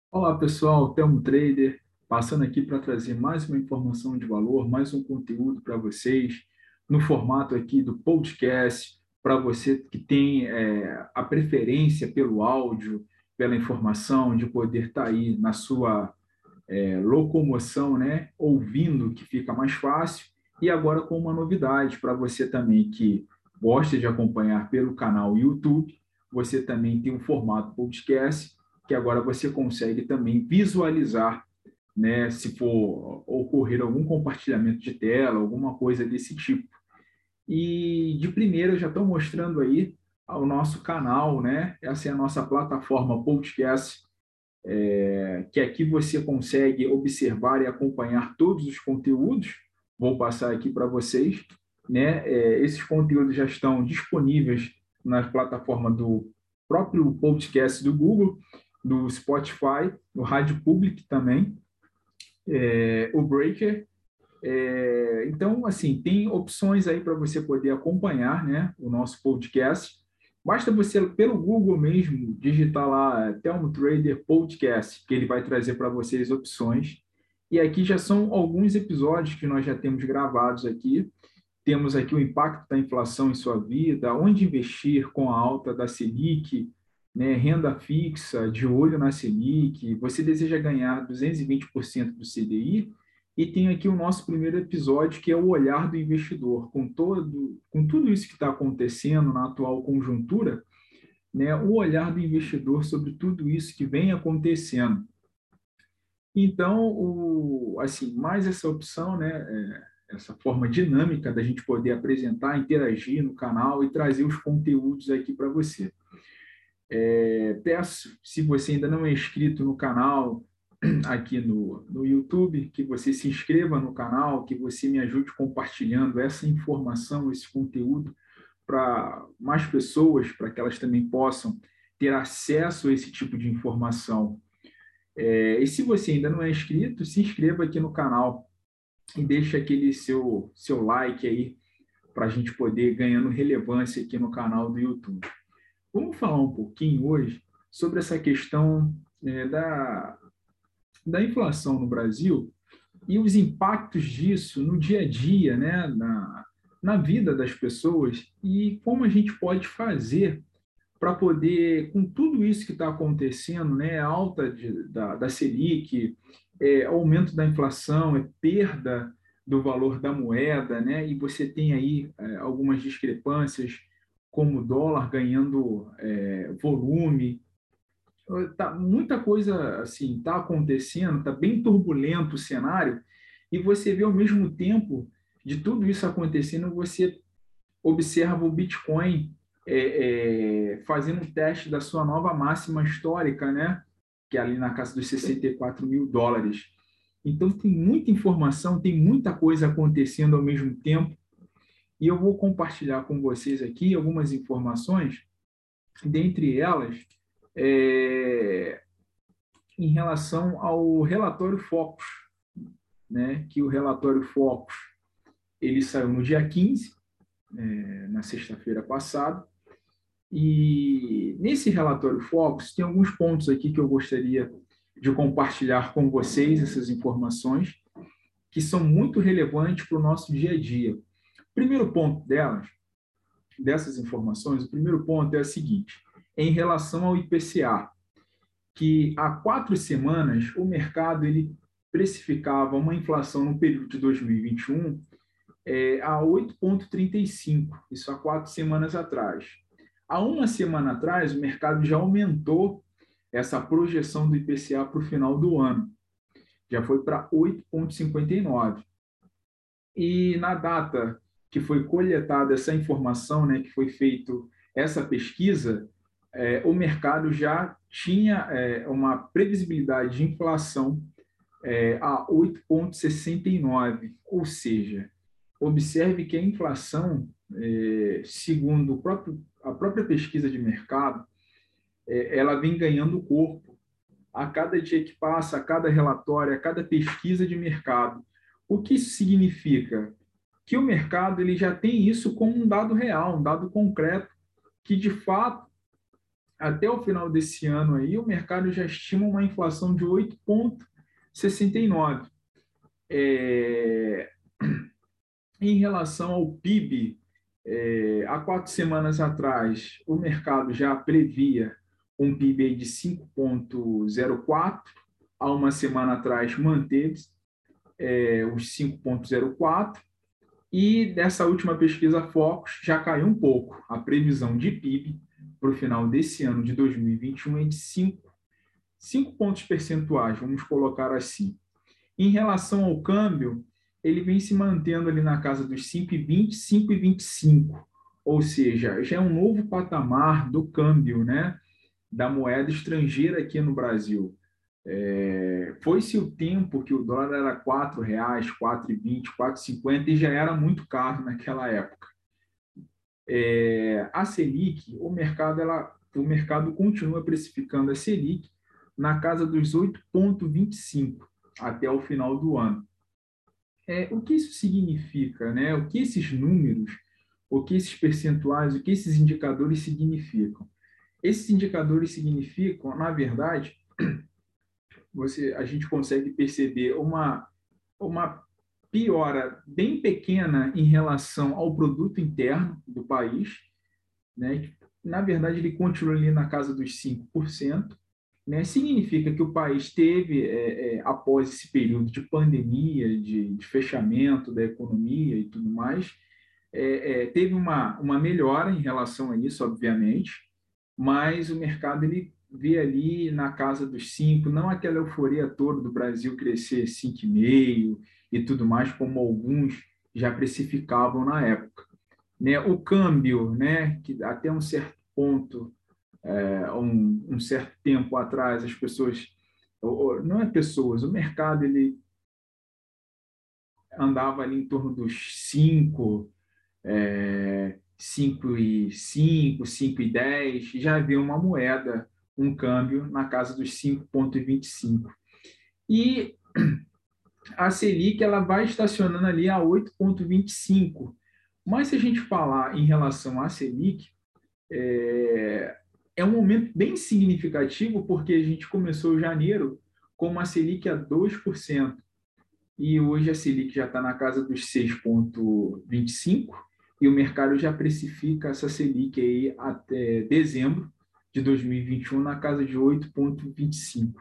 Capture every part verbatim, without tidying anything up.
Olá pessoal, Telmo Trader, passando aqui para trazer mais uma informação de valor, mais um conteúdo para vocês, no formato aqui do podcast, para você que tem é, a preferência pelo áudio, pela informação, de poder estar aí na sua é, locomoção, né, ouvindo, que fica mais fácil, e agora com uma novidade para você também que gosta de acompanhar pelo canal YouTube, você também tem um formato podcast, que agora você consegue também visualizar, né, se for ocorrer algum compartilhamento de tela, alguma coisa desse tipo. E de primeira eu já estou mostrando aí o nosso canal, né? Essa é a nossa plataforma podcast, que aqui você consegue observar e acompanhar todos os conteúdos. Vou passar aqui para vocês, né? É, esses conteúdos já estão disponíveis na plataforma do próprio podcast do Google, do Spotify, do Rádio Public também, é, o Breaker. É, então, assim, tem opções aí para você poder acompanhar, né, o nosso podcast. Basta você, pelo Google mesmo, digitar lá Telmo Trader Podcast, que ele vai trazer para vocês opções. E aqui já são alguns episódios que nós já temos gravados aqui. Temos aqui o impacto da inflação em sua vida, onde investir com a alta da Selic, né, renda fixa, de olho na Selic, você deseja ganhar duzentos e vinte por cento do C D I, e tem aqui o nosso primeiro episódio, que é o olhar do investidor, com, todo, com tudo isso que está acontecendo na atual conjuntura, né, o olhar do investidor sobre tudo isso que vem acontecendo. Então, o, assim, mais essa opção, né, é, essa forma dinâmica da gente poder apresentar, interagir no canal e trazer os conteúdos aqui para você. É, peço, se você ainda não é inscrito no canal aqui no, no YouTube, que você se inscreva no canal, que você me ajude compartilhando essa informação, esse conteúdo para mais pessoas, para que elas também possam ter acesso a esse tipo de informação. É, e se você ainda não é inscrito, se inscreva aqui no canal e deixe aquele seu, seu like aí para a gente poder ganhando relevância aqui no canal do YouTube. Vamos falar um pouquinho hoje sobre essa questão é, da, da inflação no Brasil e os impactos disso no dia a dia, né, na, na vida das pessoas e como a gente pode fazer para poder, com tudo isso que está acontecendo, né, alta de, da, da Selic, é, aumento da inflação, é perda do valor da moeda, né, e você tem aí é, algumas discrepâncias, como o dólar ganhando é, volume, tá, muita coisa assim está acontecendo, está bem turbulento o cenário, e você vê ao mesmo tempo de tudo isso acontecendo, você observa o Bitcoin é, é, fazendo um teste da sua nova máxima histórica, né? Que é ali na casa dos sessenta e quatro mil dólares. Então, tem muita informação, tem muita coisa acontecendo ao mesmo tempo, e eu vou compartilhar com vocês aqui algumas informações, dentre elas, é, em relação ao relatório Focus, né? Que o relatório Focus ele saiu no dia quinze, é, na sexta-feira passada. E nesse relatório Focus, tem alguns pontos aqui que eu gostaria de compartilhar com vocês, essas informações, que são muito relevantes para o nosso dia a dia. O primeiro ponto delas, dessas informações, o primeiro ponto é o seguinte: em relação ao I P C A, que há quatro semanas o mercado ele precificava uma inflação no período de dois mil e vinte e um é, a oito vírgula trinta e cinco, isso há quatro semanas atrás. Há uma semana atrás, o mercado já aumentou essa projeção do I P C A para o final do ano. Já foi para oito vírgula cinquenta e nove. E na data que foi coletada essa informação, né, que foi feito essa pesquisa, é, o mercado já tinha é, uma previsibilidade de inflação é, a oito vírgula sessenta e nove, ou seja, observe que a inflação, é, segundo próprio, a própria pesquisa de mercado, é, ela vem ganhando corpo a cada dia que passa, a cada relatório, a cada pesquisa de mercado. O que isso significa? Que o mercado ele já tem isso como um dado real, um dado concreto, que de fato até o final desse ano aí, o mercado já estima uma inflação de oito vírgula sessenta e nove. É, em relação ao P I B, é, há quatro semanas atrás, o mercado já previa um P I B de cinco vírgula zero quatro, há uma semana atrás manteve é, os cinco vírgula zero quatro, e dessa última pesquisa Focus já caiu um pouco. A previsão de P I B para o final desse ano de dois mil e vinte e um é de cinco, cinco pontos percentuais, vamos colocar assim. Em relação ao câmbio, ele vem se mantendo ali na casa dos cinco vírgula vinte, cinco vírgula vinte e cinco, ou seja, já é um novo patamar do câmbio, né, da moeda estrangeira aqui no Brasil. É, foi-se o tempo que o dólar era quatro reais, quatro reais e vinte, quatro reais e cinquenta, e já era muito caro naquela época. É, a Selic, o mercado, ela, o mercado continua precificando a Selic na casa dos oito vírgula vinte e cinco até o final do ano. É, o que isso significa, né? O que esses números, o que esses percentuais, o que esses indicadores significam? Esses indicadores significam, na verdade, você, a gente consegue perceber uma, uma piora bem pequena em relação ao produto interno do país, né? Na verdade, ele continua ali na casa dos cinco por cento, né? Significa que o país teve, é, é, após esse período de pandemia, de, de fechamento da economia e tudo mais, é, é, teve uma, uma melhora em relação a isso, obviamente, mas o mercado ele vê ali na casa dos cinco, não aquela euforia toda do Brasil crescer cinco vírgula cinco e tudo mais, como alguns já precificavam na época. Né? O câmbio, né, que até um certo ponto, é, um, um certo tempo atrás, as pessoas, não é pessoas, o mercado ele andava ali em torno dos cinco, é, cinco e cinco, cinco e dez, já havia uma moeda, um câmbio na casa dos cinco vírgula vinte e cinco. E a Selic ela vai estacionando ali a oito vírgula vinte e cinco. Mas se a gente falar em relação à Selic, é, é um momento bem significativo, porque a gente começou janeiro com uma Selic a dois por cento, e hoje a Selic já está na casa dos seis vírgula vinte e cinco, e o mercado já precifica essa Selic aí até dezembro de dois mil e vinte e um na casa de oito vírgula vinte e cinco.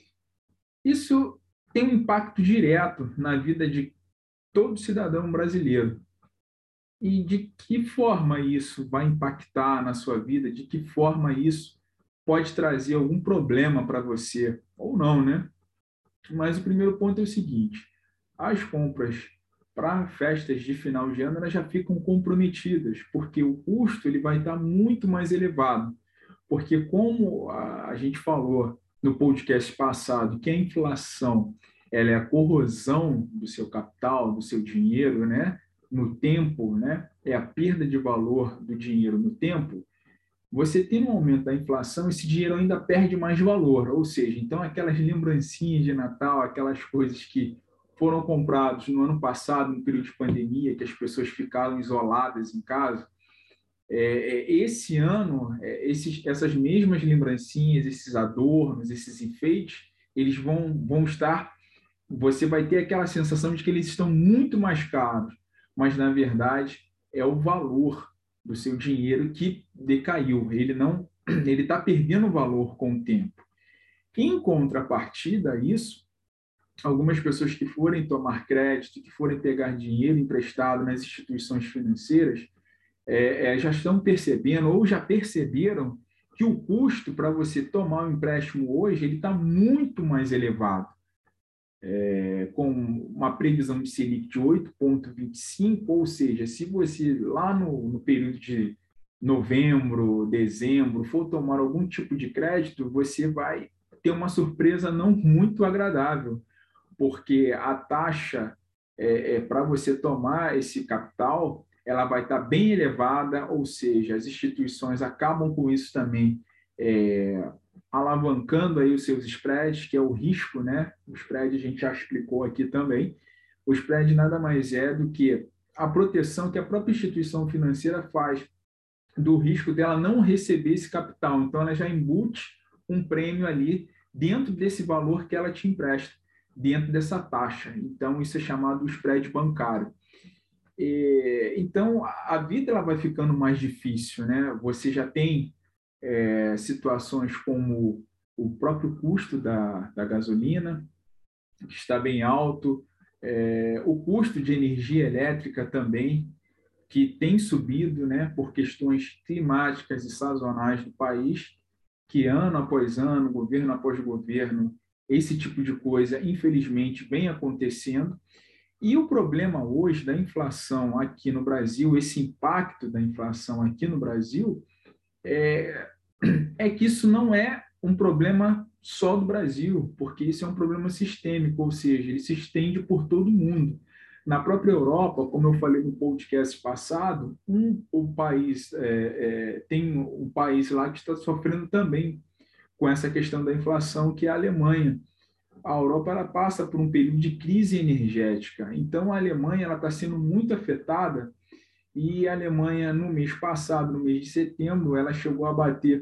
Isso tem um impacto direto na vida de todo cidadão brasileiro. E de que forma isso vai impactar na sua vida? De que forma isso pode trazer algum problema para você? Ou não, né? Mas o primeiro ponto é o seguinte: as compras para festas de final de ano elas já ficam comprometidas, porque o custo ele vai estar muito mais elevado. Porque, como a gente falou no podcast passado, que a inflação ela é a corrosão do seu capital, do seu dinheiro, né? No tempo, né? É a perda de valor do dinheiro no tempo. Você tem um aumento da inflação, esse dinheiro ainda perde mais valor, ou seja, então aquelas lembrancinhas de Natal, aquelas coisas que foram compradas no ano passado, no período de pandemia, que as pessoas ficaram isoladas em casa, é, esse ano, é, esses, essas mesmas lembrancinhas, esses adornos, esses enfeites, eles vão, vão estar, você vai ter aquela sensação de que eles estão muito mais caros, mas na verdade é o valor do seu dinheiro que decaiu, ele não, ele está perdendo valor com o tempo. Em contrapartida a isso, algumas pessoas que forem tomar crédito, que forem pegar dinheiro emprestado nas instituições financeiras, é, é, já estão percebendo ou já perceberam que o custo para você tomar um empréstimo hoje ele está muito mais elevado. É, com uma previsão de Selic de oito vírgula vinte e cinco, ou seja, se você lá no, no período de novembro, dezembro, for tomar algum tipo de crédito, você vai ter uma surpresa não muito agradável, porque a taxa é, é, para você tomar esse capital, ela vai estar bem elevada, ou seja, as instituições acabam com isso também, é, alavancando aí os seus spreads, que é o risco, né? O spread a gente já explicou aqui também. O spread nada mais é do que a proteção que a própria instituição financeira faz do risco dela não receber esse capital. Então, ela já embute um prêmio ali dentro desse valor que ela te empresta, dentro dessa taxa. Então, isso é chamado spread bancário. E, então, a vida ela vai ficando mais difícil, né? Você já tem é, situações como o próprio custo da, da gasolina, que está bem alto, é, o custo de energia elétrica também, que tem subido, né, por questões climáticas e sazonais do país, que ano após ano, governo após governo, esse tipo de coisa, infelizmente, vem acontecendo. E o problema hoje da inflação aqui no Brasil, esse impacto da inflação aqui no Brasil, é, é que isso não é um problema só do Brasil, porque isso é um problema sistêmico, ou seja, ele se estende por todo o mundo. Na própria Europa, como eu falei no podcast passado, um, o país é, é, tem um país lá que está sofrendo também com essa questão da inflação, que é a Alemanha. A Europa ela passa por um período de crise energética, então a Alemanha ela está sendo muito afetada e a Alemanha no mês passado, no mês de setembro, ela chegou a bater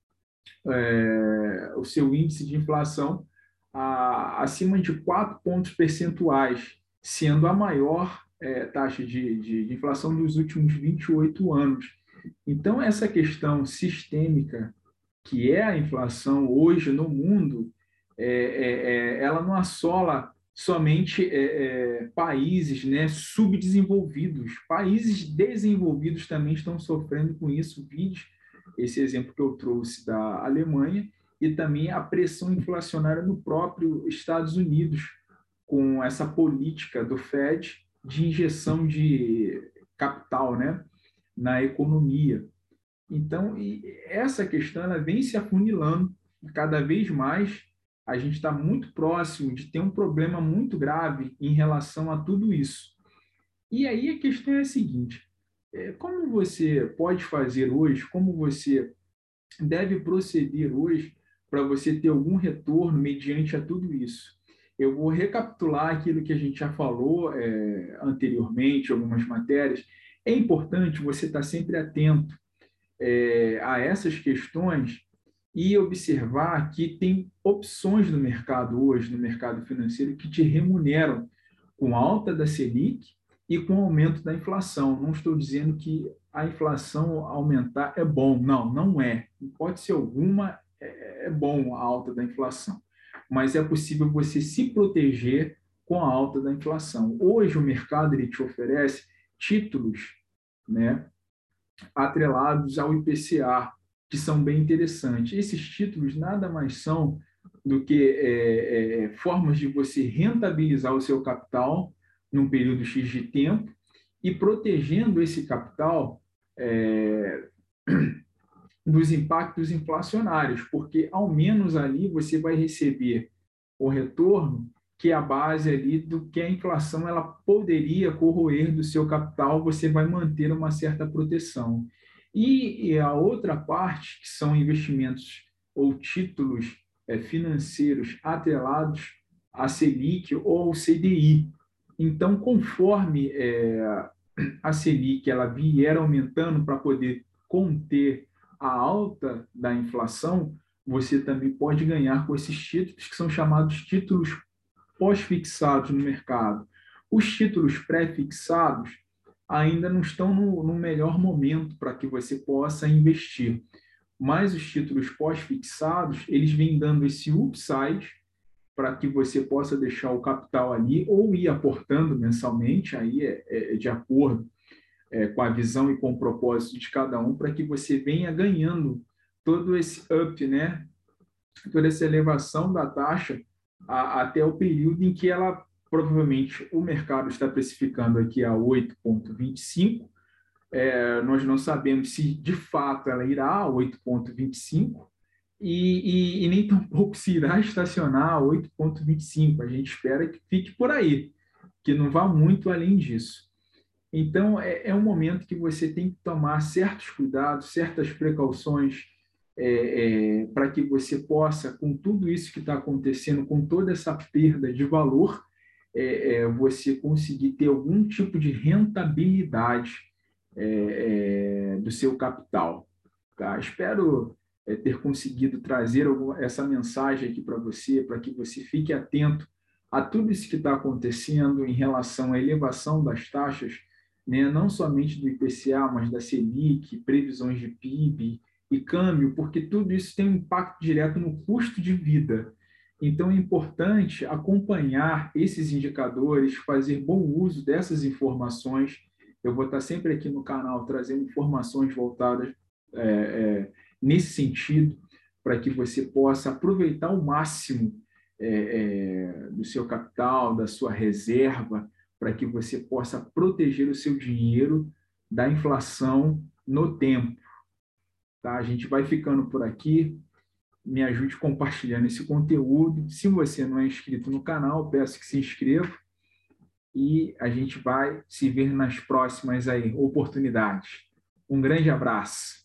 é, o seu índice de inflação a, acima de quatro pontos percentuais, sendo a maior é, taxa de, de, de inflação dos últimos vinte e oito anos. Então, essa questão sistêmica, que é a inflação hoje no mundo, é, é, é, ela não assola somente é, é, países, né, subdesenvolvidos. Países desenvolvidos também estão sofrendo com isso. Vide esse exemplo que eu trouxe da Alemanha e também a pressão inflacionária no próprio Estados Unidos, com essa política do Fed de injeção de capital, né, na economia. Então, essa questão ela vem se afunilando cada vez mais. A gente está muito próximo de ter um problema muito grave em relação a tudo isso. E aí a questão é a seguinte: como você pode fazer hoje, como você deve proceder hoje para você ter algum retorno mediante a tudo isso? Eu vou recapitular aquilo que a gente já falou é, anteriormente, algumas matérias. É importante você estar sempre atento é, a essas questões e observar que tem opções no mercado hoje, no mercado financeiro, que te remuneram com a alta da Selic e com o aumento da inflação. Não estou dizendo que a inflação aumentar é bom, não, não é. Em hipótese alguma, é, é bom a alta da inflação, mas é possível você se proteger com a alta da inflação. Hoje o mercado ele te oferece títulos, né, atrelados ao I P C A, que são bem interessantes. Esses títulos nada mais são do que é, é, formas de você rentabilizar o seu capital num período X de tempo e protegendo esse capital é, dos impactos inflacionários, porque ao menos ali você vai receber o retorno que é a base ali do que a inflação ela poderia corroer do seu capital, você vai manter uma certa proteção. E, e a outra parte, que são investimentos ou títulos é, financeiros atrelados à Selic ou ao C D I. Então, conforme é, a Selic ela vier aumentando para poder conter a alta da inflação, você também pode ganhar com esses títulos que são chamados títulos pós-fixados no mercado. Os títulos pré-fixados ainda não estão no, no melhor momento para que você possa investir, mas os títulos pós-fixados, eles vêm dando esse upside para que você possa deixar o capital ali ou ir aportando mensalmente, aí é, é de acordo é, com a visão e com o propósito de cada um, para que você venha ganhando todo esse up, né? Toda essa elevação da taxa a, até o período em que ela, provavelmente, o mercado está precificando aqui a oito vírgula vinte e cinco. É, nós não sabemos se, de fato, ela irá a oito vírgula vinte e cinco e, e, e nem tampouco se irá estacionar a oito vírgula vinte e cinco. A gente espera que fique por aí, que não vá muito além disso. Então, é, é um momento que você tem que tomar certos cuidados, certas precauções, é, é, para que você possa, com tudo isso que está acontecendo, com toda essa perda de valor, é, é, você conseguir ter algum tipo de rentabilidade é, é, do seu capital. Tá? Espero é, ter conseguido trazer alguma, essa mensagem aqui para você, para que você fique atento a tudo isso que está acontecendo em relação à elevação das taxas, né, não somente do I P C A, mas da Selic, previsões de P I B e câmbio, porque tudo isso tem um impacto direto no custo de vida. Então, é importante acompanhar esses indicadores, fazer bom uso dessas informações. Eu vou estar sempre aqui no canal trazendo informações voltadas é, é, nesse sentido, para que você possa aproveitar ao máximo é, é, do seu capital, da sua reserva, para que você possa proteger o seu dinheiro da inflação no tempo. Tá? A gente vai ficando por aqui. Me ajude compartilhando esse conteúdo. Se você não é inscrito no canal, peço que se inscreva e a gente vai se ver nas próximas aí, oportunidades. Um grande abraço.